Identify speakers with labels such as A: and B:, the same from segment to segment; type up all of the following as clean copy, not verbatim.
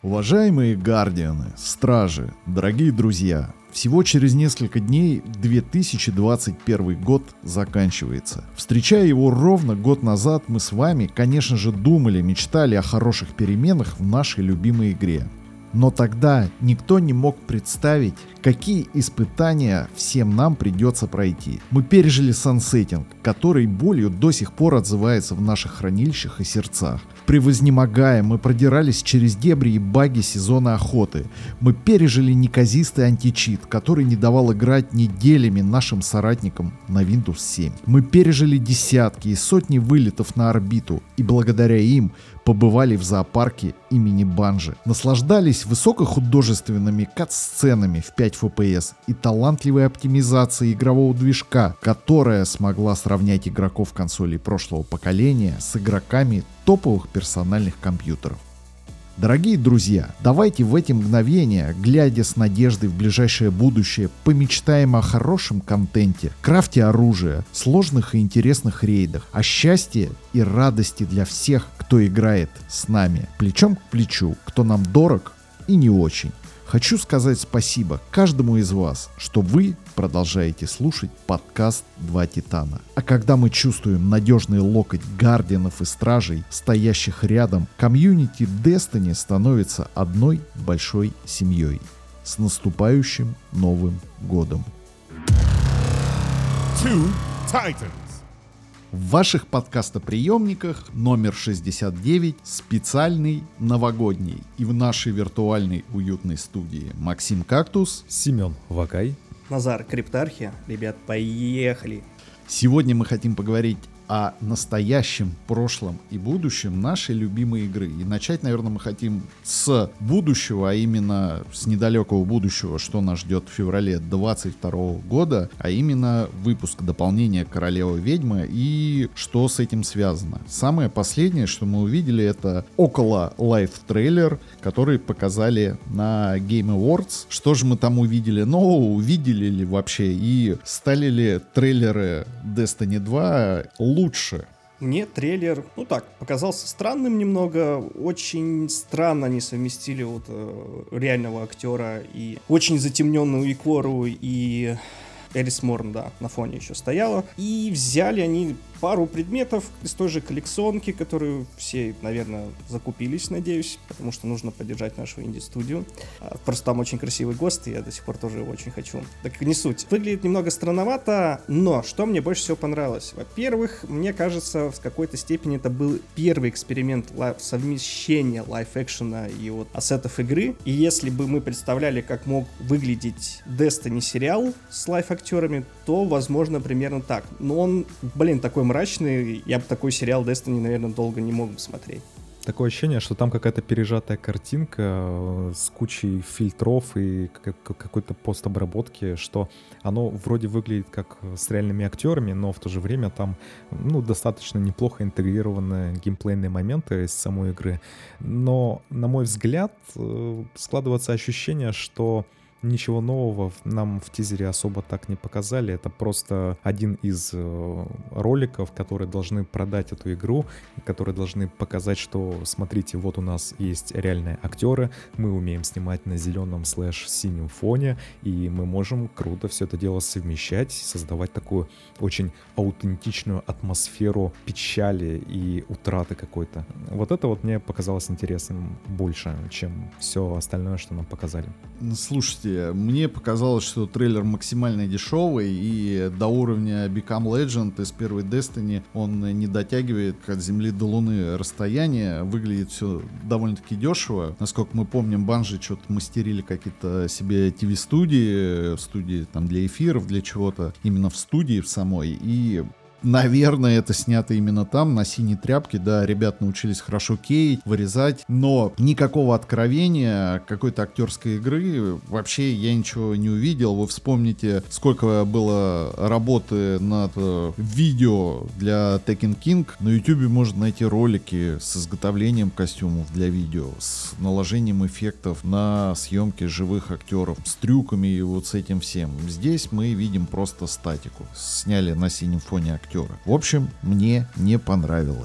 A: Уважаемые гардианы, стражи, дорогие друзья, всего через несколько дней 2021 год заканчивается. Встречая его ровно год назад, мы с вами, конечно же, думали, мечтали о хороших переменах в нашей любимой игре. Но тогда никто не мог представить, какие испытания всем нам придется пройти. Мы пережили сансеттинг, который болью до сих пор отзывается в наших хранилищах и сердцах. Превознемогая, мы продирались через дебри и баги сезона охоты. Мы пережили неказистый античит, который не давал играть неделями нашим соратникам на Windows 7. Мы пережили десятки и сотни вылетов на орбиту, и благодаря им побывали в зоопарке имени Банжи. Наслаждались высокохудожественными кат-сценами в 5 FPS и талантливой оптимизацией игрового движка, которая смогла сравнять игроков консолей прошлого поколения с игроками топовых персональных компьютеров. Дорогие друзья, давайте в эти мгновения, глядя с надеждой в ближайшее будущее, помечтаем о хорошем контенте, крафте оружия, сложных и интересных рейдах, о счастье и радости для всех, кто играет с нами, плечом к плечу, кто нам дорог и не очень. Хочу сказать спасибо каждому из вас, что вы продолжаете слушать подкаст «Два Титана». А когда мы чувствуем надежный локоть гардианов и стражей, стоящих рядом, комьюнити Destiny становится одной большой семьей. С наступающим Новым Годом!
B: Two Titans.
A: В ваших подкастоприемниках номер 69 специальный новогодний. И в нашей виртуальной уютной студии Максим Кактус,
C: Семен Вакай,
D: Назар Криптархи. Ребят, поехали!
A: Сегодня мы хотим поговорить о настоящем, прошлом и будущем нашей любимой игры. И начать, наверное, мы хотим с будущего, а именно с недалекого будущего, что нас ждет в феврале 2022 года, а именно выпуск дополнения «Королева ведьма» и что с этим связано. Самое последнее, что мы увидели, это около лайв-трейлер, который показали на Game Awards. Что же мы там увидели нового, увидели ли вообще и стали ли трейлеры Destiny 2 лучше?
D: Мне трейлер, показался странным немного. Очень странно они совместили реального актера и очень затемненную Икору и Элис Морн, да, на фоне еще стояла. И взяли они пару предметов из той же коллекционки, которую все, наверное, закупились, надеюсь, потому что нужно поддержать нашу инди-студию. Просто там очень красивый ГОСТ, и я до сих пор тоже его очень хочу. Так не суть. Выглядит немного странновато, но что мне больше всего понравилось? Во-первых, мне кажется, в какой-то степени это был первый эксперимент совмещения лайв-экшена и ассетов игры. И если бы мы представляли, как мог выглядеть Destiny сериал с лайв-актерами, то, возможно, примерно так. Но он, такой мрачный, я бы такой сериал Destiny, наверное, долго не мог бы смотреть.
C: Такое ощущение, что там какая-то пережатая картинка с кучей фильтров и какой-то постобработки, что оно вроде выглядит как с реальными актерами, но в то же время там достаточно неплохо интегрированы геймплейные моменты из самой игры. Но, на мой взгляд, складывается ощущение, что ничего нового нам в тизере особо так не показали. Это просто один из роликов, которые должны продать эту игру, которые должны показать, что, смотрите, вот у нас есть реальные актеры, мы умеем снимать на зеленом/синем фоне, и мы можем круто все это дело совмещать, создавать такую очень аутентичную атмосферу печали и утраты какой-то. Вот это мне показалось интересным больше, чем все остальное, что нам показали.
A: Слушайте, мне показалось, что трейлер максимально дешевый, и до уровня Become Legend из первой Destiny он не дотягивает от Земли до Луны расстояние. Выглядит все довольно-таки дешево. Насколько мы помним, Bungie что-то мастерили какие-то себе TV-студии там для эфиров, для чего-то, именно в студии в самой. И наверное, это снято именно там, на синей тряпке, да, ребят научились хорошо кеять, вырезать, но никакого откровения какой-то актерской игры вообще я ничего не увидел. Вы вспомните, сколько было работы над видео для Tekken King. На YouTube можно найти ролики с изготовлением костюмов для видео, с наложением эффектов на съемки живых актеров, с трюками и с этим всем. Здесь мы видим просто статику. Сняли на синем фоне актера. В общем, мне не понравилось.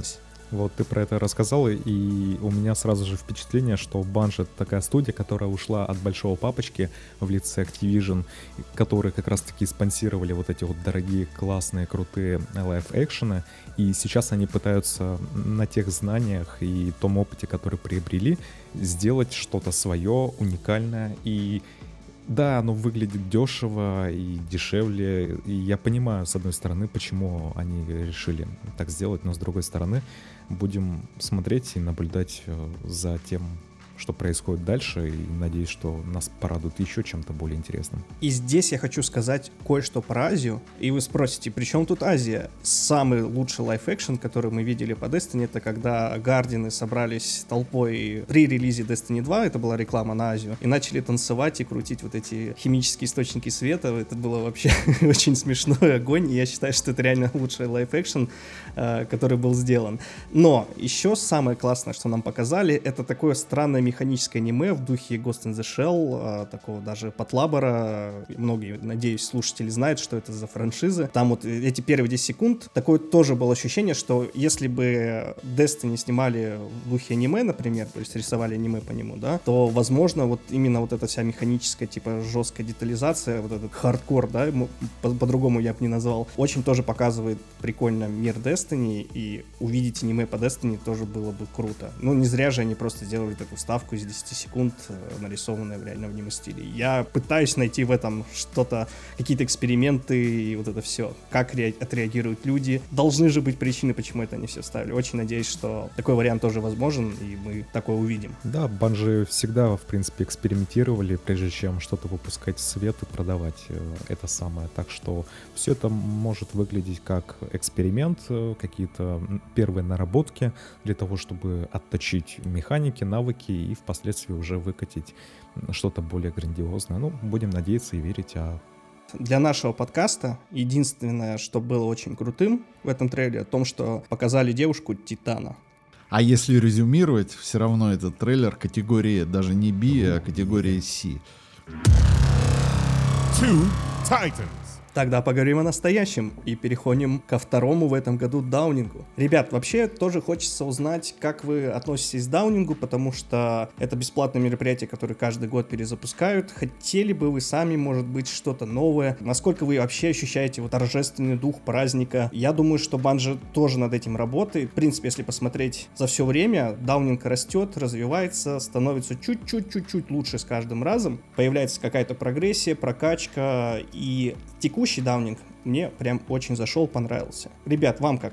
C: Вот ты про это рассказал, и у меня сразу же впечатление, что Bungie — это такая студия, которая ушла от большого папочки в лице Activision, которые как раз-таки спонсировали вот эти вот дорогие, классные, крутые лайв-экшены, и сейчас они пытаются на тех знаниях и том опыте, который приобрели, сделать что-то свое, уникальное, и да, оно выглядит дешево и дешевле, и я понимаю, с одной стороны, почему они решили так сделать, но с другой стороны, будем смотреть и наблюдать за тем, что происходит дальше, и надеюсь, что нас порадует еще чем-то более интересным.
D: И здесь я хочу сказать кое-что про Азию, и вы спросите, при чем тут Азия? Самый лучший лайф-экшен, который мы видели по Destiny, это когда Гардины собрались толпой при релизе Destiny 2, это была реклама на Азию, и начали танцевать и крутить вот эти химические источники света. Это было вообще очень смешной огонь, и я считаю, что это реально лучший лайф-экшен, который был сделан. Но еще самое классное, что нам показали, это такое странное механическое аниме в духе Ghost in the Shell, такого даже Патлабора. Многие, надеюсь, слушатели знают, что это за франшиза. Там вот эти первые 10 секунд, такое тоже было ощущение, что если бы Destiny снимали в духе аниме, например, то есть рисовали аниме по нему, да, то, возможно, вот именно вот эта вся механическая, типа, жесткая детализация, вот этот хардкор, да, по-другому я бы не назвал, очень тоже показывает прикольно мир Destiny, и увидеть аниме по Destiny тоже было бы круто. Ну, не зря же они просто сделали такую вставку из 10 секунд, нарисованная в реальном аниме-стиле. Я пытаюсь найти в этом что-то, какие-то эксперименты и вот это все. Как отреагируют люди. Должны же быть причины, почему это они все ставили. Очень надеюсь, что такой вариант тоже возможен, и мы такое увидим.
C: Да, Bungie всегда, в принципе, экспериментировали, прежде чем что-то выпускать в свет и продавать это самое. Так что все это может выглядеть как эксперимент, какие-то первые наработки для того, чтобы отточить механики, навыки и впоследствии уже выкатить что-то более грандиозное. Ну, будем надеяться и верить.
D: Для нашего подкаста единственное, что было очень крутым в этом трейлере, о том, что показали девушку Титана.
A: А если резюмировать, все равно этот трейлер категории даже не B, а категории C.
B: Two Titans.
D: Тогда поговорим о настоящем и переходим ко второму в этом году даунингу. Ребят, вообще тоже хочется узнать, как вы относитесь к даунингу, потому что это бесплатное мероприятие, которое каждый год перезапускают. Хотели бы вы сами, может быть, что-то новое? Насколько вы вообще ощущаете вот торжественный дух праздника? Я думаю, что Bungie тоже над этим работает. В принципе, если посмотреть за все время, даунинг растет, развивается, становится чуть-чуть лучше с каждым разом. Появляется какая-то прогрессия, прокачка, и текущий даунинг мне прям очень зашел, понравился. Ребят, вам как?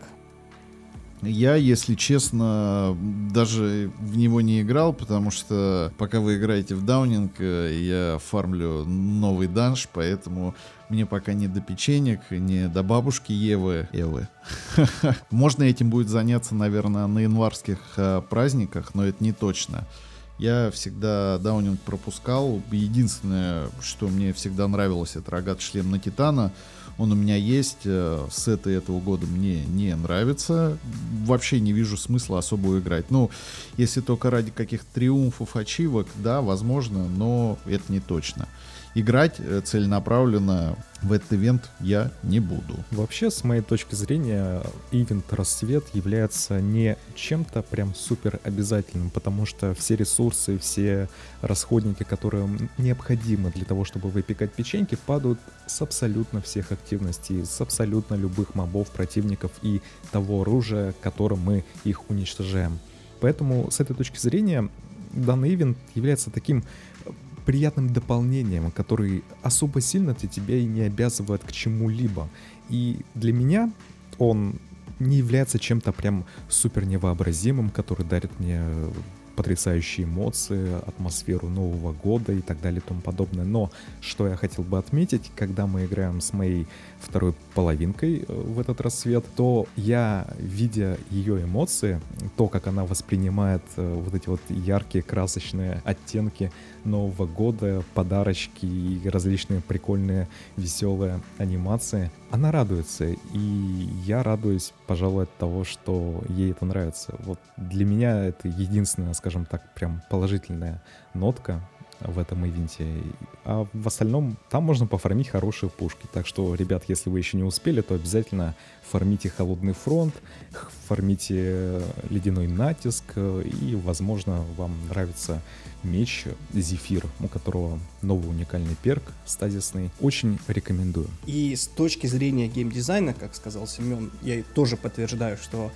A: Я, если честно, даже в него не играл, потому что пока вы играете в даунинг, я фармлю новый данж, поэтому мне пока не до печенек, не до бабушки Евы. Можно этим будет заняться, наверное, на январских праздниках, но это не точно. Я всегда даунинг пропускал. Единственное, что мне всегда нравилось, это рогатый шлем на Титана. Он у меня есть. Сеты этого года мне не нравятся. Вообще не вижу смысла особо играть. Ну, если только ради каких-то триумфов, ачивок, да, возможно, но это не точно. Играть целенаправленно в этот ивент я не буду.
C: Вообще, с моей точки зрения, ивент «Рассвет» является не чем-то прям супер обязательным, потому что все ресурсы, все расходники, которые необходимы для того, чтобы выпекать печеньки, падают с абсолютно всех активностей, с абсолютно любых мобов, противников и того оружия, которым мы их уничтожаем. Поэтому, с этой точки зрения, данный ивент является таким приятным дополнением, который особо сильно тебя и не обязывает к чему-либо. И для меня он не является чем-то прям супер невообразимым, который дарит мне потрясающие эмоции, атмосферу Нового года и так далее и тому подобное. Но что я хотел бы отметить, когда мы играем с моей второй половинкой в этот рассвет, то я, видя ее эмоции, то, как она воспринимает вот эти вот яркие, красочные оттенки Нового года, подарочки и различные прикольные, веселые анимации, она радуется. И я радуюсь, пожалуй, от того, что ей это нравится. Вот для меня это единственная, скажем так, прям положительная нотка в этом ивенте. А в остальном там можно пофармить хорошие пушки. Так что, ребят, если вы еще не успели, то обязательно фармите Холодный фронт, фармите Ледяной натиск, и, возможно, вам нравится меч Зефир, у которого новый уникальный перк стазисный. Очень рекомендую.
D: И с точки зрения геймдизайна, как сказал Семен, я тоже подтверждаю, что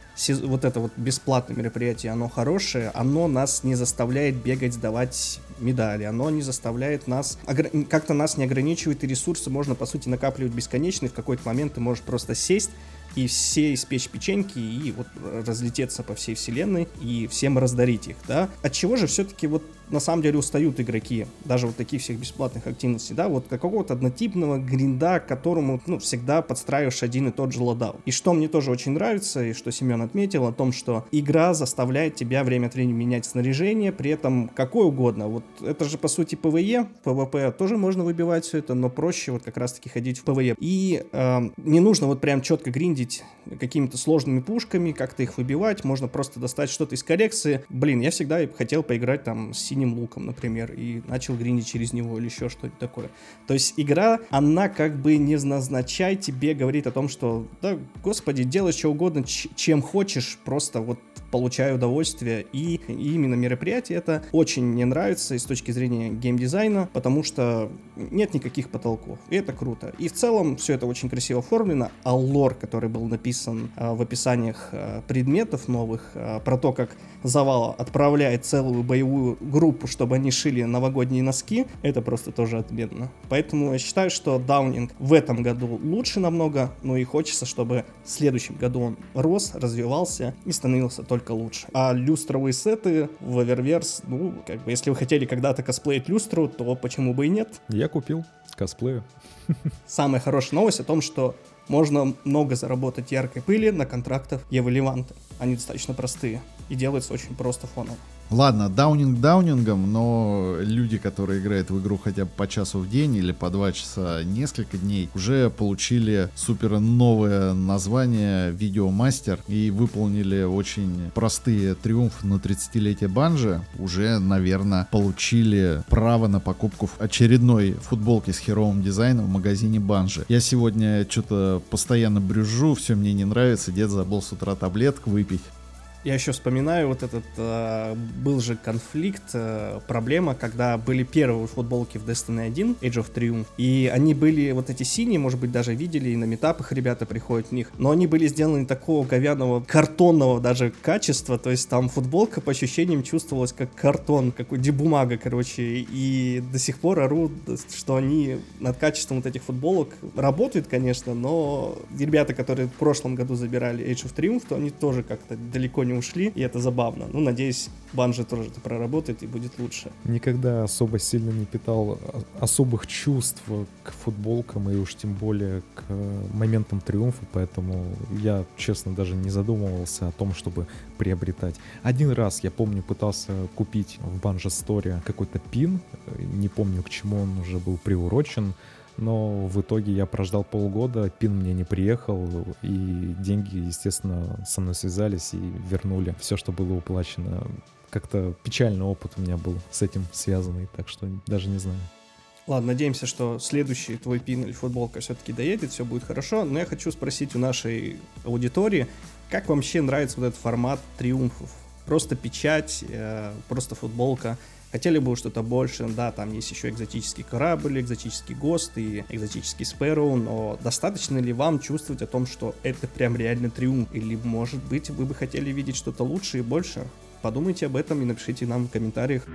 D: вот это вот бесплатное мероприятие, оно хорошее, оно нас не заставляет бегать, сдавать медали, оно не заставляет нас, как-то нас не ограничивает, и ресурсы можно, по сути, накапливать бесконечно, и в какой-то момент ты можешь просто сесть и все испечь печеньки и вот разлететься по всей вселенной и всем раздарить их, да. От чего же все-таки вот на самом деле устают игроки, даже вот таких всех бесплатных активностей, да, вот какого-то однотипного гринда, к которому, ну, всегда подстраиваешь один и тот же лодаут. И что мне тоже очень нравится, и что Семен отметил, о том, что игра заставляет тебя время от времени менять снаряжение, при этом какое угодно. Вот это же, по сути, PvE, PvP тоже можно выбивать все это, но проще вот как раз-таки ходить в PvE. И не нужно вот прям четко гриндить какими-то сложными пушками, как-то их выбивать, можно просто достать что-то из коллекции. Блин, я всегда хотел поиграть там с синим луком, например, и начал гриндить через него или еще что-то такое. То есть игра, она как бы невзначай тебе говорит о том, что, да, господи, делай что угодно, чем хочешь, просто вот получаю удовольствие, и именно мероприятие это очень мне нравится и с точки зрения геймдизайна, потому что нет никаких потолков, и это круто. И в целом все это очень красиво оформлено, а лор, который был написан в описаниях предметов новых, про то, как Завал отправляет целую боевую группу, чтобы они шили новогодние носки, это просто тоже отменно. Поэтому я считаю, что даунинг в этом году лучше намного, но и хочется, чтобы в следующем году он рос, развивался и становился только лучше. А люстровые сеты в Eververse, ну, как бы, если вы хотели когда-то косплеить люстру, то почему бы и нет?
C: Я купил косплею.
D: Самая хорошая новость о том, что можно много заработать яркой пыли на контрактах Евы Леванты. Они достаточно простые и делаются очень просто фоново.
A: Ладно, даунинг даунингом, но люди, которые играют в игру хотя бы по часу в день или по 2 часа несколько дней, уже получили супер новое название «Видеомастер» и выполнили очень простые триумфы на 30-летие Bungie. Уже, наверное, получили право на покупку очередной футболки с херовым дизайном в магазине Bungie. Я сегодня что-то постоянно брюзжу, все мне не нравится, дед забыл с утра таблетку выпить.
D: Я еще вспоминаю вот этот, был же конфликт, проблема, когда были первые футболки в Destiny 1, Age of Triumph, и они были вот эти синие, может быть, даже видели, и на метапах ребята приходят в них, но они были сделаны такого говяного, картонного даже качества, то есть там футболка по ощущениям чувствовалась как картон, как бумага, короче, и до сих пор орут, что они над качеством вот этих футболок работают, конечно, но ребята, которые в прошлом году забирали Age of Triumph, то они тоже как-то далеко не ушли, и это забавно. Ну, надеюсь, Bungie тоже это проработает и будет лучше.
C: Никогда особо сильно не питал особых чувств к футболкам и уж тем более к моментам триумфа, поэтому я, честно, даже не задумывался о том, чтобы приобретать. Один раз, я помню, пытался купить в Bungie Store какой-то пин, не помню, к чему он уже был приурочен, но в итоге я прождал полгода, пин мне не приехал, и деньги, естественно, со мной связались и вернули все, что было уплачено. Как-то печальный опыт у меня был с этим связанный, так что даже не знаю.
D: Ладно, надеемся, что следующий твой пин или футболка все-таки доедет, все будет хорошо, но я хочу спросить у нашей аудитории, как вам вообще нравится вот этот формат триумфов? Просто печать, просто футболка. Хотели бы что-то больше, да, там есть еще экзотический корабль, экзотический ГОСТ и экзотический Спэроу, но достаточно ли вам чувствовать о том, что это прям реально триумф? Или, может быть, вы бы хотели видеть что-то лучше и больше? Подумайте об этом и напишите нам в комментариях.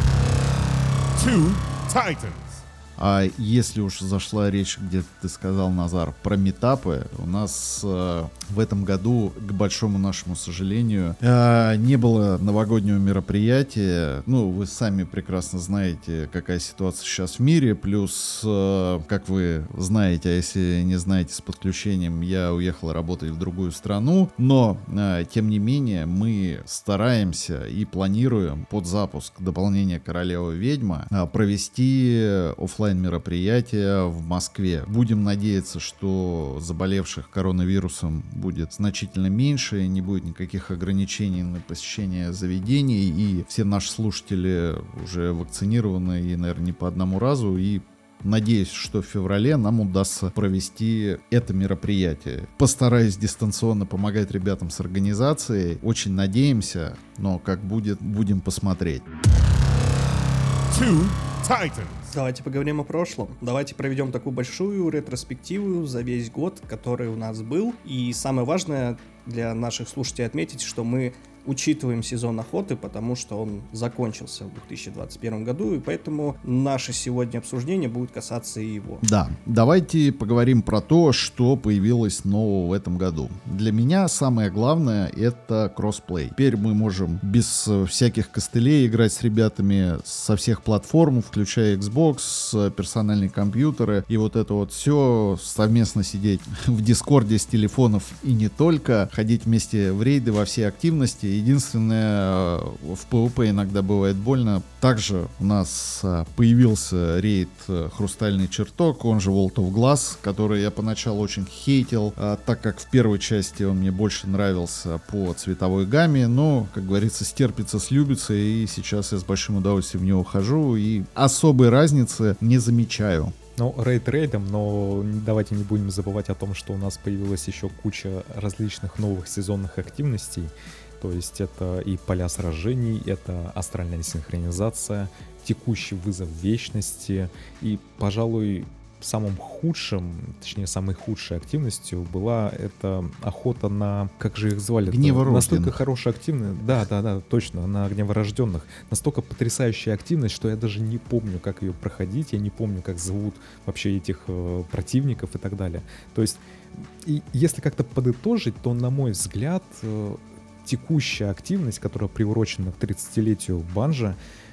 A: Two Titans. А если уж зашла речь, где ты сказал, Назар, про митапы, у нас в этом году, к большому нашему сожалению, не было новогоднего мероприятия. Ну, вы сами прекрасно знаете, какая ситуация сейчас в мире, плюс, как вы знаете, а если не знаете, с подключением я уехал работать в другую страну, но, тем не менее, мы стараемся и планируем под запуск дополнения «Королева ведьма» провести офлайн офлайн-мероприятия в Москве. Будем надеяться, что заболевших коронавирусом будет значительно меньше, не будет никаких ограничений на посещение заведений, и все наши слушатели уже вакцинированы, и, наверное, не по одному разу, и надеюсь, что в феврале нам удастся провести это мероприятие. Постараюсь дистанционно помогать ребятам с организацией. Очень надеемся, но как будет, будем посмотреть.
D: Давайте поговорим о прошлом. Давайте проведем такую большую ретроспективу за весь год, который у нас был. И самое важное для наших слушателей отметить, что мы учитываем сезон охоты, потому что он закончился в 2021 году, и поэтому наше сегодня обсуждение будет касаться и его.
A: Да, давайте поговорим про то, что появилось нового в этом году. Для меня самое главное — это кроссплей. Теперь мы можем без всяких костылей играть с ребятами со всех платформ, включая Xbox, персональные компьютеры, и вот это вот все, совместно сидеть в Дискорде с телефонов и не только, ходить вместе в рейды во все активности. Единственное, в PvP иногда бывает больно. Также у нас появился рейд «Хрустальный чертог», он же World of Glass, который я поначалу очень хейтил, так как в первой части он мне больше нравился по цветовой гамме, но, как говорится, стерпится, слюбится, и сейчас я с большим удовольствием в него хожу, и особой разницы не замечаю.
C: Ну, рейд рейдом, но давайте не будем забывать о том, что у нас появилась еще куча различных новых сезонных активностей. То есть это и поля сражений, это астральная синхронизация, текущий вызов вечности. И, пожалуй, самым худшим, точнее, самой худшей активностью была эта охота на, как же их звали?
A: Гневорожденных.
C: Настолько хорошая активность, да, точно, на гневорожденных. Настолько потрясающая активность, что я даже не помню, как ее проходить, я не помню, как зовут вообще этих противников и так далее. То есть, и если как-то подытожить, то, на мой взгляд, текущая активность, которая приурочена к 30-летию Банжа,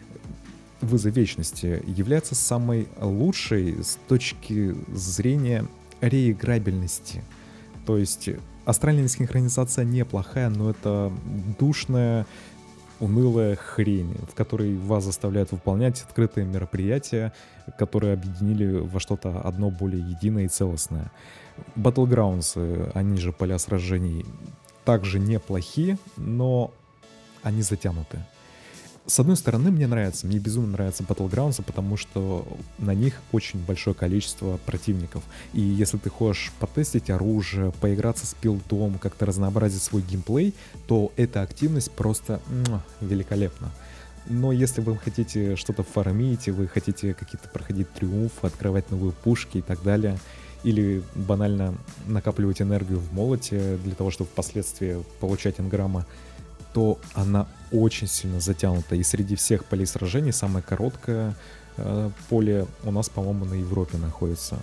C: вызов вечности, является самой лучшей с точки зрения реиграбельности. То есть астральная синхронизация неплохая, но это душная, унылая хрень, в которой вас заставляют выполнять открытые мероприятия, которые объединили во что-то одно более единое и целостное. Battlegrounds, они же поля сражений, также неплохие, но они затянуты. С одной стороны, мне безумно нравятся Battlegrounds, потому что на них очень большое количество противников. И если ты хочешь потестить оружие, поиграться с билдом, как-то разнообразить свой геймплей, то эта активность просто великолепна. Но если вы хотите что-то фармить, вы хотите какие-то проходить триумфы, открывать новые пушки и так далее, или банально накапливать энергию в молоте для того, чтобы впоследствии получать энграммы, то она очень сильно затянута. И среди всех полей сражений самое короткое поле у нас, по-моему, на Европе находится.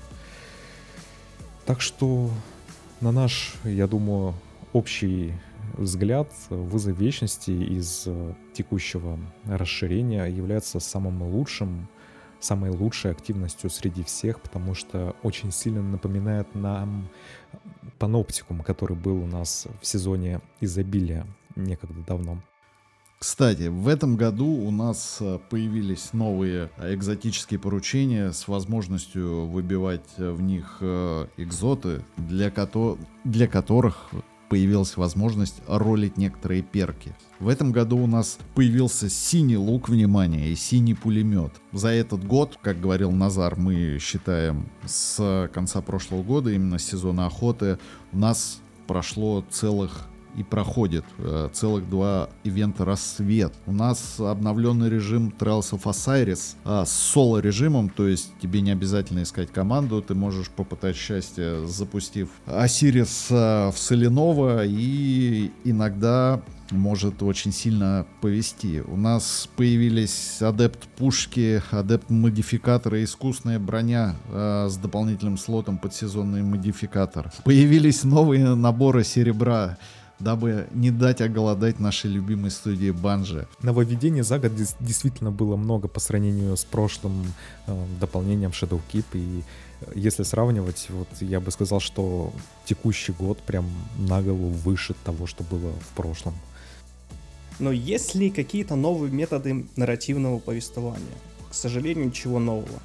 C: Так что на наш, я думаю, общий взгляд, вызов вечности из текущего расширения является самым лучшим, самой лучшей активностью среди всех, потому что очень сильно напоминает нам паноптикум, который был у нас в сезоне изобилия некогда давно.
A: Кстати, в этом году у нас появились новые экзотические поручения с возможностью выбивать в них экзоты, для которых появилась возможность ролить некоторые перки. В этом году у нас появился синий лук, внимания, и синий пулемет. За этот год, как говорил Назар, мы считаем с конца прошлого года, именно с сезона охоты, у нас прошло и проходит целых 2 ивента «Рассвет». У нас обновленный режим Trials of Osiris с соло-режимом, то есть тебе не обязательно искать команду, ты можешь попытать счастье, запустив Осирис в Соленово, и иногда может очень сильно повести. У нас появились адепт-пушки, адепт-модификаторы, искусная броня с дополнительным слотом под сезонный модификатор. Появились новые наборы серебра, дабы не дать оголодать нашей любимой студии Bungie.
C: Нововведений за год действительно было много по сравнению с прошлым дополнением Shadowkeep, и если сравнивать, вот я бы сказал, что текущий год прям на голову выше того, что было в прошлом.
D: Но есть ли какие-то новые методы нарративного повествования? К сожалению, ничего нового.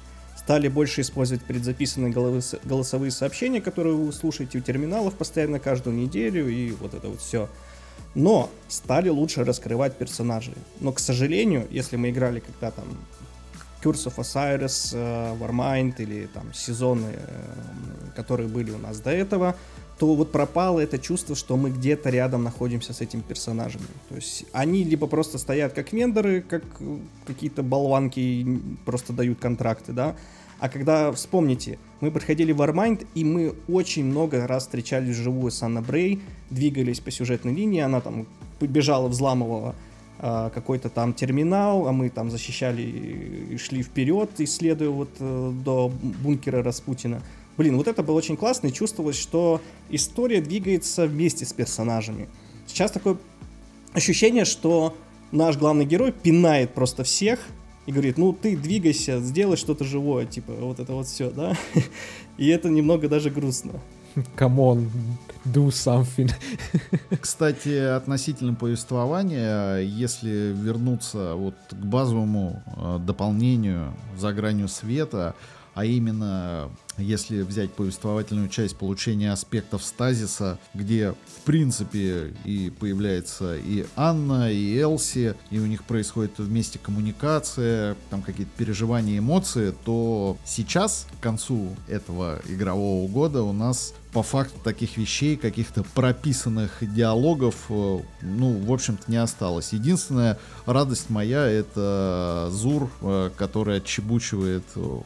D: стали больше использовать предзаписанные голосовые сообщения, которые вы слушаете у терминалов постоянно каждую неделю, и вот это вот все. Но стали лучше раскрывать персонажей. Но, к сожалению, если мы играли когда там Curse of Osiris, Warmind или там сезоны, которые были у нас до этого, то вот пропало это чувство, что мы где-то рядом находимся с этими персонажами. То есть они либо просто стоят как вендоры, как какие-то болванки и просто дают контракты, да. А когда, вспомните, мы проходили Warmind, и мы очень много раз встречались вживую с Анна Брей, двигались по сюжетной линии, она там побежала, взламывала какой-то там терминал, а мы там защищали и шли вперед, исследуя вот до бункера Распутина. Блин, вот это было очень классно, и чувствовалось, что история двигается вместе с персонажами. Сейчас такое ощущение, что наш главный герой пинает просто всех и говорит, ну ты двигайся, сделай что-то живое, типа вот это вот все, да? И это немного даже грустно.
C: Come on, do something.
A: Кстати, относительно повествования, если вернуться вот к базовому дополнению «За гранью света», а именно, если взять повествовательную часть получения аспектов стазиса, где, в принципе, и появляется и Анна, и Элси, и у них происходит вместе коммуникация, там какие-то переживания, эмоции, то сейчас, к концу этого игрового года, у нас по факту таких вещей, каких-то прописанных диалогов, ну, в общем-то, не осталось. Единственная радость моя — это Зур, который отчебучивает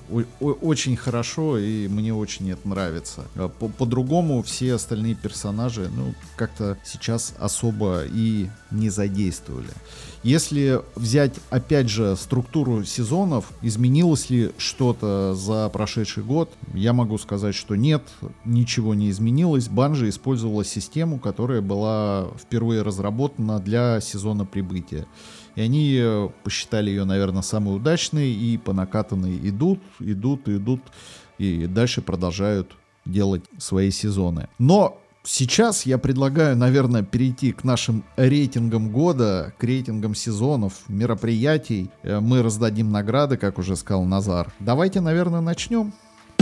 A: очень хорошо, и мне очень это нравится. По-другому все остальные персонажи, ну, как-то сейчас особо и не задействовали. Если взять, опять же, структуру сезонов, изменилось ли что-то за прошедший год, я могу сказать, что нет, ничего не изменилось. Bungie использовала систему, которая была впервые разработана для сезона прибытия. И они посчитали ее, наверное, самой удачной, и по накатанной идут, и дальше продолжают делать свои сезоны. Но сейчас я предлагаю, наверное, перейти к нашим рейтингам года, к рейтингам сезонов, мероприятий. Мы раздадим награды, как уже сказал Назар. Давайте, наверное, начнем.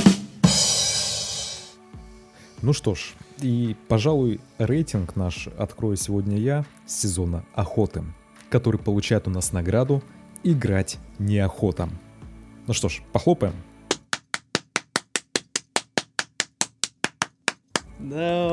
C: Ну что ж, и, пожалуй, рейтинг наш открою сегодня я с сезона охоты, который получает у нас награду «Играть неохота». Ну что ж, похлопаем.
D: Да,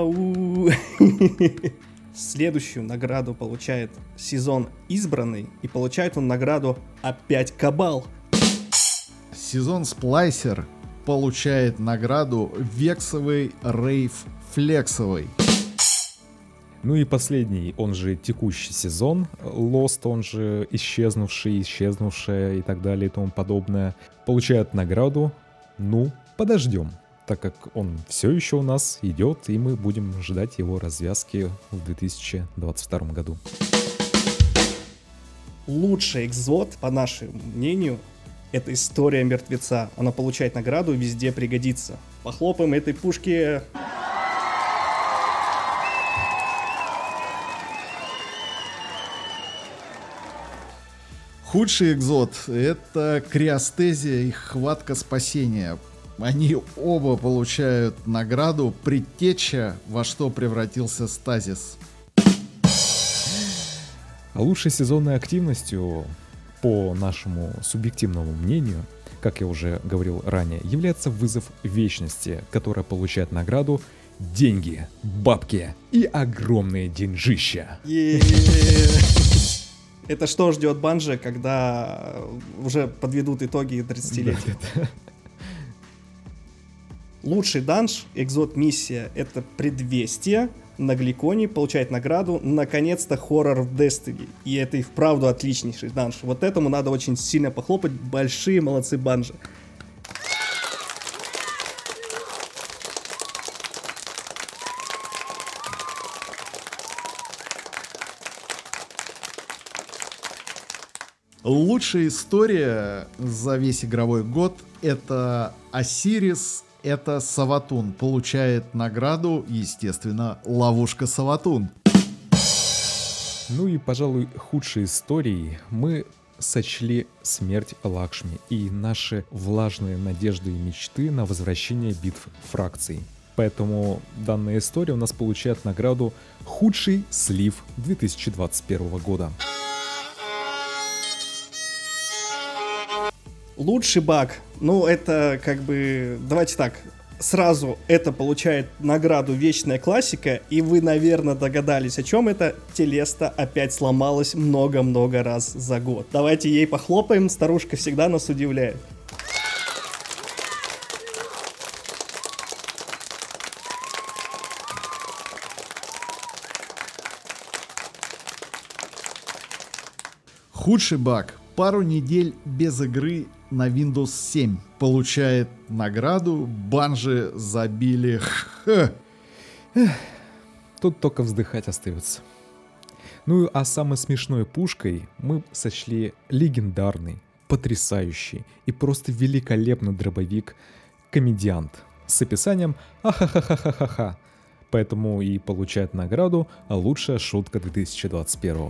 D: Следующую награду получает сезон «Избранный», и получает он награду опять «Кабал».
A: Сезон «Сплайсер» получает награду «Вексовый рейв флексовый».
C: Ну и последний, он же текущий сезон, Lost, он же исчезнувший, исчезнувшая и так далее и тому подобное, получает награду «Ну, подождем», так как он все еще у нас идет, и мы будем ждать его развязки в 2022 году.
D: Лучший экзот, по нашему мнению, это «История мертвеца». Она получает награду «Везде пригодится». Похлопаем этой пушке.
A: Худший экзот — это «Криостезия» и «Хватка спасения». Они оба получают награду «Предтеча, во что превратился стазис».
C: А лучшей сезонной активностью, по нашему субъективному мнению, как я уже говорил ранее, является «Вызов Вечности», которая получает награду «Деньги, бабки и огромные деньжища».
D: Это что ждет Bungie, когда уже подведут итоги 30-летия? Лучший данж, экзот-миссия, это «Предвестие». На Гликоне получает награду «Наконец-то хоррор в Destiny». И это и вправду отличнейший данж. Вот этому надо очень сильно похлопать. Большие молодцы Bungie.
A: Лучшая история за весь игровой год — это Осирис, это Саватун. Получает награду, естественно, ловушка Саватун.
C: Ну и, пожалуй, худшей историей мы сочли смерть Лакшми и наши влажные надежды и мечты на возвращение битв фракций. Поэтому данная история у нас получает награду «Худший слив 2021 года».
D: Лучший баг. Ну, это как бы... Давайте так. Сразу это получает награду «Вечная классика», и вы, наверное, догадались, о чем это. Телеста опять сломалась много-много раз за год. Давайте ей похлопаем, старушка всегда нас удивляет.
A: Худший баг. Пару недель без игры на Windows 7. Получает награду. Банжи забили.
C: Тут только вздыхать остается. Ну а самой смешной пушкой мы сочли легендарный, потрясающий и просто великолепный дробовик «Комедиант» с описанием «Ахахахахаха». Поэтому и получает награду «Лучшая шутка 2021».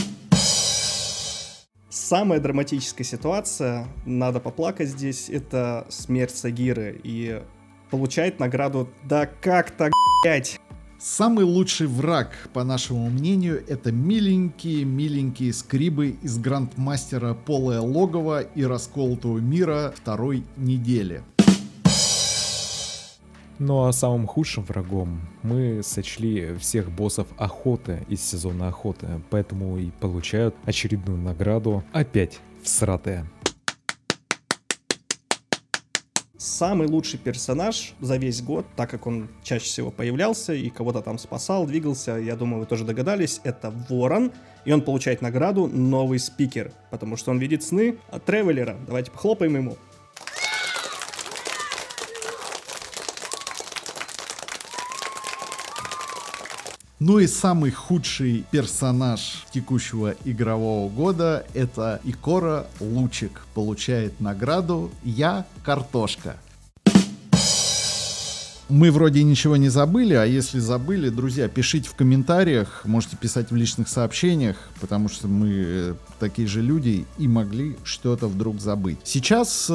D: Самая драматическая ситуация, надо поплакать здесь, это смерть Сагиры. И получает награду «Да как так, блять!»
A: Самый лучший враг, по нашему мнению, это миленькие скрибы из Грандмастера Полая Логова и Расколотого мира второй недели.
C: Ну а самым худшим врагом мы сочли всех боссов охоты из сезона охоты, поэтому и получают очередную награду опять всратая.
D: Самый лучший персонаж за весь год, так как он чаще всего появлялся и кого-то там спасал, двигался, я думаю, вы тоже догадались, это Ворон. И он получает награду «Новый спикер», потому что он видит сны от Тревелера. Давайте похлопаем ему.
A: Ну и самый худший персонаж текущего игрового года — это Икора Лучик. Получает награду «Я картошка». Мы вроде ничего не забыли, а если забыли, друзья, пишите в комментариях, можете писать в личных сообщениях, потому что мы такие же люди и могли что-то вдруг забыть. Сейчас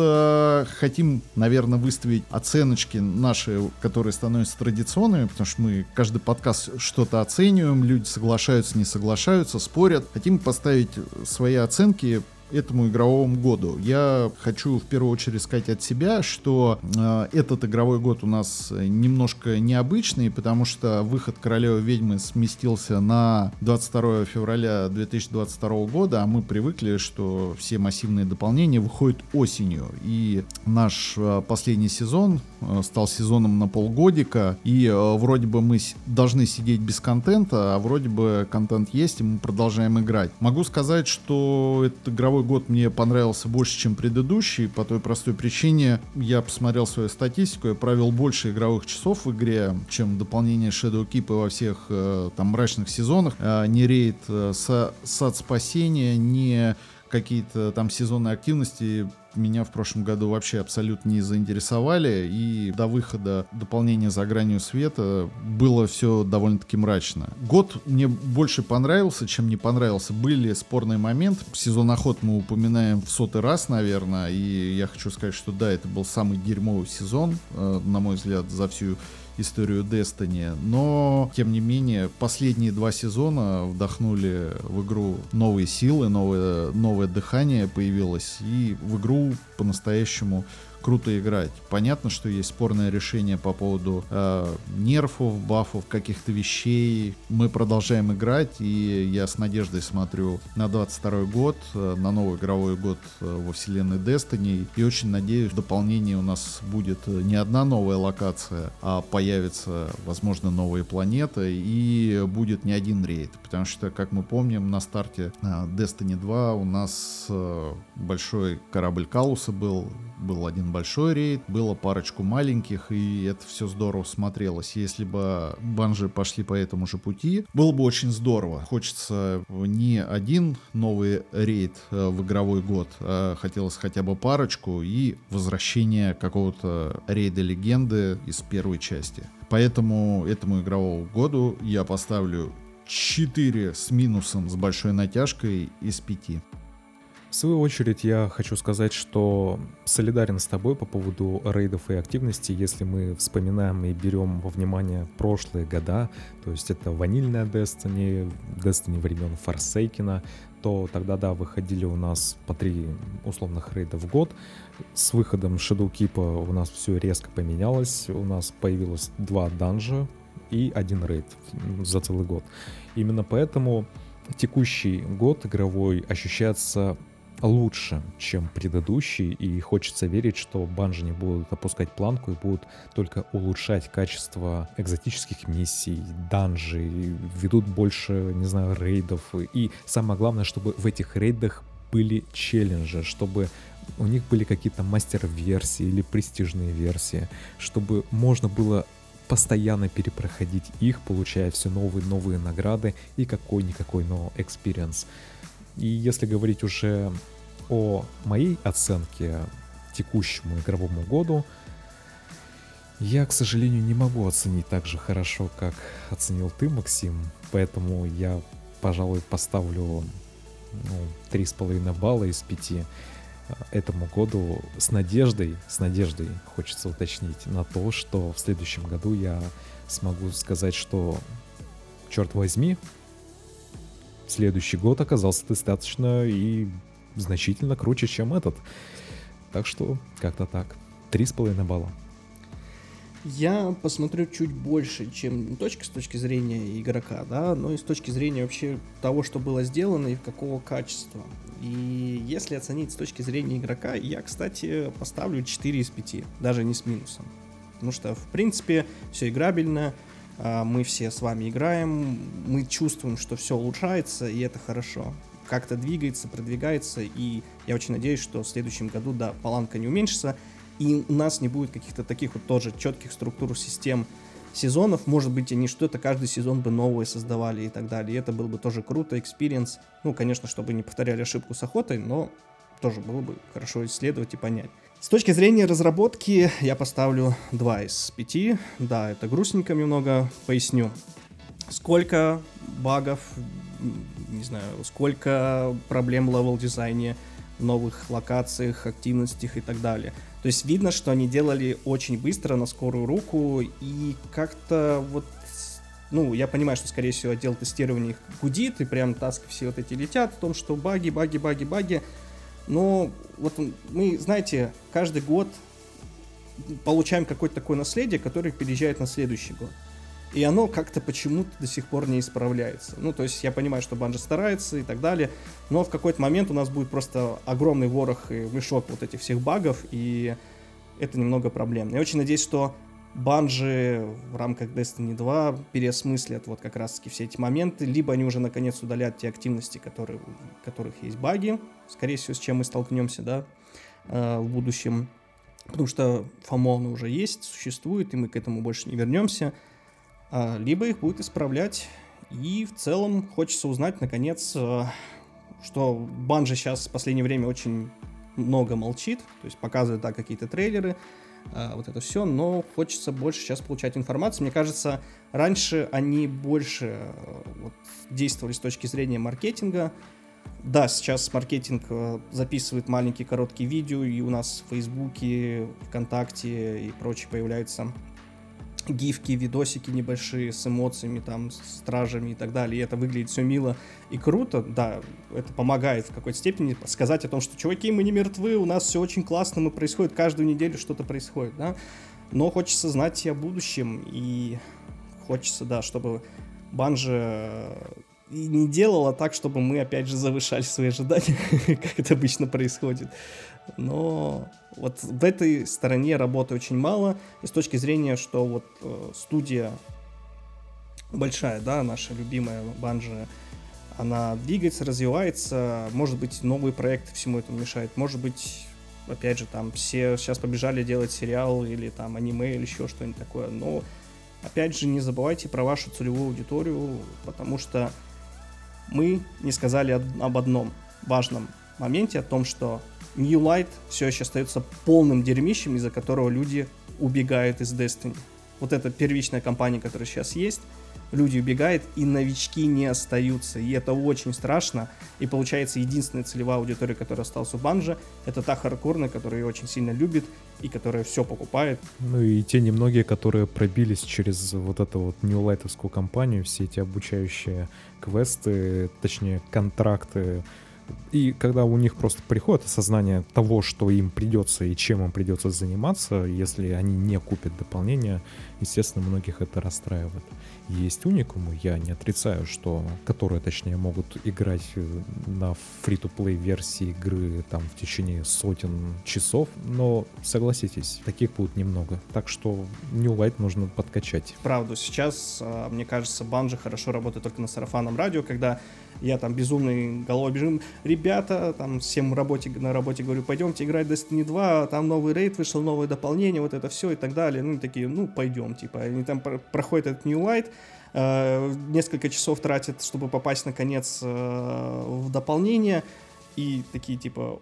A: хотим, наверное, выставить оценочки наши, которые становятся традиционными, потому что мы каждый подкаст что-то оцениваем, люди соглашаются, не соглашаются, спорят. Хотим поставить свои оценки этому игровому году. Я хочу в первую очередь сказать от себя, что этот игровой год у нас немножко необычный, потому что выход «Королевы ведьмы» сместился на 22 февраля 2022 года, а мы привыкли, что все массивные дополнения выходят осенью. И наш последний сезон стал сезоном на полгодика, и вроде бы мы должны сидеть без контента, а вроде бы контент есть, и мы продолжаем играть. Могу сказать, что этот игровой год мне понравился больше, чем предыдущий, по той простой причине: я посмотрел свою статистику, я провел больше игровых часов в игре, чем дополнение Shadow Keep во всех там мрачных сезонах. Не рейд, сад спасения, не какие-то там сезонные активности меня в прошлом году вообще абсолютно не заинтересовали, и до выхода дополнения «За гранью света» было все довольно-таки мрачно. Год мне больше понравился, чем не понравился. Были спорные моменты. Сезон охот мы упоминаем в 100-й раз, наверное, и я хочу сказать, что да, это был самый дерьмовый сезон, на мой взгляд, за всю историю Destiny, но, тем не менее, последние 2 сезона вдохнули в игру новые силы, новое дыхание появилось, и в игру по-настоящему круто играть. Понятно, что есть спорное решение по поводу нерфов, бафов, каких-то вещей. Мы продолжаем играть, и я с надеждой смотрю на 22 год, на новый игровой год во вселенной Destiny, и очень надеюсь, в дополнении у нас будет не одна новая локация, а появятся, возможно, новые планеты, и будет не один рейд, потому что, как мы помним, на старте Destiny 2 у нас большой корабль Калуса был один большой рейд, было парочку маленьких, и это все здорово смотрелось. Если бы Bungie пошли по этому же пути, было бы очень здорово. Хочется не один новый рейд в игровой год, а хотелось хотя бы парочку и возвращение какого-то рейда легенды из первой части. Поэтому этому игровому году я поставлю 4 с минусом, с большой натяжкой из 5.
C: В свою очередь я хочу сказать, что солидарен с тобой по поводу рейдов и активности, если мы вспоминаем и берем во внимание прошлые года, то есть это ванильная Destiny времен Форсейкена, то тогда, да, выходили у нас по 3 условных рейда в год. С выходом Shadowkeep у нас все резко поменялось, у нас появилось 2 данжа и 1 рейд за целый год. Именно поэтому текущий год игровой ощущается лучше, чем предыдущий, и хочется верить, что Bungie не будут опускать планку и будут только улучшать качество экзотических миссий, данжей, ведут больше, не знаю, рейдов, и самое главное, чтобы в этих рейдах были челленджи, чтобы у них были какие-то мастер-версии или престижные версии, чтобы можно было постоянно перепроходить их, получая все новые и новые награды и какой-никакой, но экспириенс. И если говорить уже о моей оценке текущему игровому году, я, к сожалению, не могу оценить так же хорошо, как оценил ты, Максим, поэтому я, пожалуй, поставлю 3,5 балла из 5 этому году с надеждой, хочется уточнить, на то, что в следующем году я смогу сказать, что, черт возьми, следующий год оказался достаточно и значительно круче, чем этот. Так что как-то так. 3,5 балла.
D: Я посмотрю чуть больше, чем не только с точки зрения игрока, да, но и с точки зрения вообще того, что было сделано и какого качества. И если оценить с точки зрения игрока, я, кстати, поставлю 4 из 5, даже не с минусом. Потому что, в принципе, все играбельно, мы все с вами играем, мы чувствуем, что все улучшается, и это хорошо. Как-то двигается, продвигается, и я очень надеюсь, что в следующем году, да, планка не уменьшится, и у нас не будет каких-то таких вот тоже четких структур систем сезонов. Может быть, они что-то каждый сезон бы новое создавали и так далее. И это было бы тоже круто, экспириенс. Ну, конечно, чтобы не повторяли ошибку с охотой, но тоже было бы хорошо исследовать и понять. С точки зрения разработки я поставлю 2 из 5. Да, это грустненько немного. Поясню. Сколько багов, не знаю, сколько проблем в левел-дизайне, новых локациях, активностях и так далее. То есть видно, что они делали очень быстро, на скорую руку, и как-то вот, ну, я понимаю, что, скорее всего, отдел тестирования их гудит, и прям таски все вот эти летят, в том, что баги, но вот мы, знаете, каждый год получаем какое-то такое наследие, которое переезжает на следующий год. И оно как-то почему-то до сих пор не исправляется. Ну, то есть я понимаю, что Bungie старается и так далее, но в какой-то момент у нас будет просто огромный ворох и мешок вот этих всех багов, и это немного проблемно. Я очень надеюсь, что Bungie в рамках Destiny 2 переосмыслят вот как раз-таки все эти моменты, либо они уже наконец удалят те активности, в которых есть баги, скорее всего, с чем мы столкнемся, да, в будущем, потому что FOMO уже есть, существует, и мы к этому больше не вернемся. Либо их будет исправлять. И в целом хочется узнать, наконец, что Bungie сейчас в последнее время очень много молчит, то есть показывает, да, какие-то трейлеры, вот это все, но хочется больше сейчас получать информацию. Мне кажется, раньше они больше действовали с точки зрения маркетинга. Да, сейчас маркетинг записывает маленькие короткие видео, и у нас в Фейсбуке, ВКонтакте и прочее появляются гифки, видосики небольшие с эмоциями, там, с стражами и так далее, и это выглядит все мило и круто, да, это помогает в какой-то степени сказать о том, что, чуваки, мы не мертвы, у нас все очень классно, происходит каждую неделю что-то происходит, да, но хочется знать и о будущем, и хочется, да, чтобы Bungie не делала так, чтобы мы, опять же, завышали свои ожидания, как это обычно происходит. Но вот в этой стороне работы очень мало. И с точки зрения, что вот студия большая, да, наша любимая Bungie, она двигается, развивается. Может быть, новые проекты всему этому мешают. Может быть, опять же, там все сейчас побежали делать сериал или там аниме или еще что-нибудь такое. Но, опять же, не забывайте про вашу целевую аудиторию, потому что мы не сказали об одном важном моменте, о том, что New Light все еще остается полным дерьмищем, из-за которого люди убегают из Destiny. вот эта первичная компания, которая сейчас есть, люди убегают, и новички не остаются. И это очень страшно. И получается, единственная целевая аудитория, которая осталась у Bungie, это та хардкорная, которая ее очень сильно любит и которая все покупает.
C: Ну и те немногие, которые пробились через вот эту вот нью-лайтовскую компанию, все эти обучающие квесты, точнее контракты. И когда у них просто приходит осознание того, что им придется и чем им придется заниматься, если они не купят дополнение, естественно, многих это расстраивает. Есть уникумы, я не отрицаю, которые, точнее, могут играть на фри-то-плей версии игры там в течение сотен часов, но согласитесь, таких будет немного. Так что New Light нужно подкачать.
D: Правда, сейчас, мне кажется, Bungie хорошо работает только на сарафанном радио, когда я там безумный головой бежим, ребята, там всем на работе говорю, пойдемте играть Destiny 2, там новый рейд вышел, новое дополнение, вот это все и так далее. Ну, такие, пойдем, типа. Они там проходят этот New Light, несколько часов тратят, чтобы попасть, наконец, в дополнение, и такие, типа,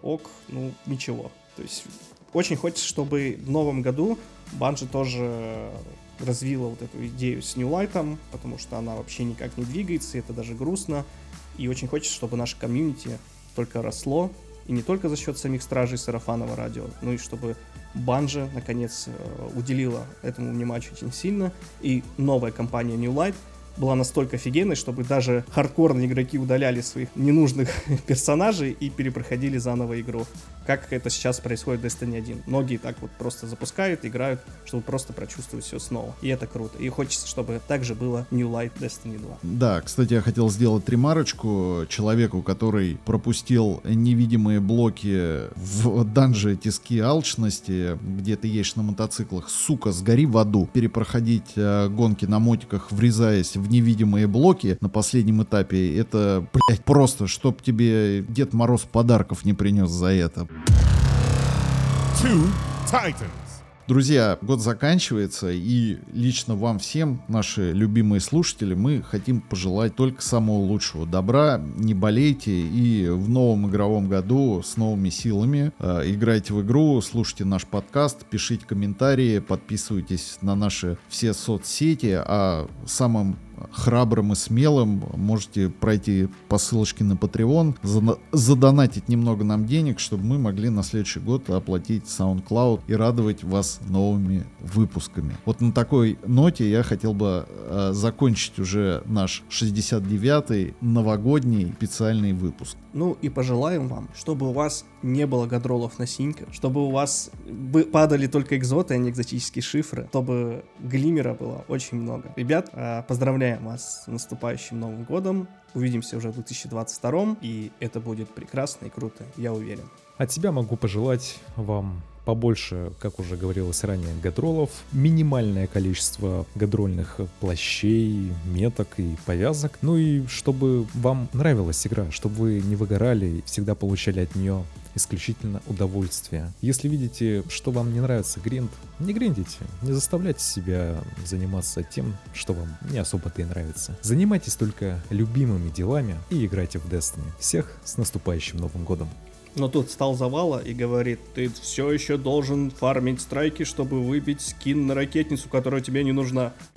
D: ничего. То есть очень хочется, чтобы в новом году Bungie тоже развила вот эту идею с New Light'ом, потому что она вообще никак не двигается, и это даже грустно. И очень хочется, чтобы наше комьюнити только росло, и не только за счет самих стражей сарафанного радио, но и чтобы Bungie, наконец, уделила этому внимание очень сильно, и новая компания New Light была настолько офигенной, чтобы даже хардкорные игроки удаляли своих ненужных персонажей и перепроходили заново игру. Как это сейчас происходит в Destiny 1. Многие так вот просто запускают, играют, чтобы просто прочувствовать все снова. И это круто. И хочется, чтобы так же было New Light Destiny 2.
A: Да, кстати, я хотел сделать ремарочку человеку, который пропустил невидимые блоки в данже Тиски Алчности, где ты едешь на мотоциклах. Сука, сгори в аду. Перепроходить гонки на мотиках, врезаясь в невидимые блоки на последнем этапе, это, блять, просто, чтоб тебе Дед Мороз подарков не принес за это.
B: Two Titans.
A: Друзья, год заканчивается, и лично вам всем, наши любимые слушатели, мы хотим пожелать только самого лучшего. Добра, не болейте, и в новом игровом году с новыми силами играйте в игру, слушайте наш подкаст, пишите комментарии, подписывайтесь на наши все соцсети, а самым храбрым и смелым можете пройти по ссылочке на Patreon, задонатить немного нам денег, чтобы мы могли на следующий год оплатить SoundCloud и радовать вас новыми выпусками. Вот на такой ноте я хотел бы закончить уже наш 69-й новогодний специальный выпуск.
D: Ну и пожелаем вам, чтобы у вас не было гадролов на синька, чтобы у вас падали только экзоты, а не экзотические шифры, чтобы глиммера было очень много. Ребят, поздравляем вас с наступающим Новым годом. Увидимся уже в 2022, и это будет прекрасно и круто, я уверен.
C: От себя могу пожелать вам побольше, как уже говорилось ранее, гадролов, минимальное количество гадрольных плащей, меток и повязок, ну и чтобы вам нравилась игра, чтобы вы не выгорали и всегда получали от нее исключительно удовольствие. Если видите, что вам не нравится гринд, не гриндите, не заставляйте себя заниматься тем, что вам не особо-то и нравится. Занимайтесь только любимыми делами и играйте в Destiny. Всех с наступающим Новым годом!
D: Но тут встал Завала и говорит, ты все еще должен фармить страйки, чтобы выбить скин на ракетницу, которая тебе не нужна.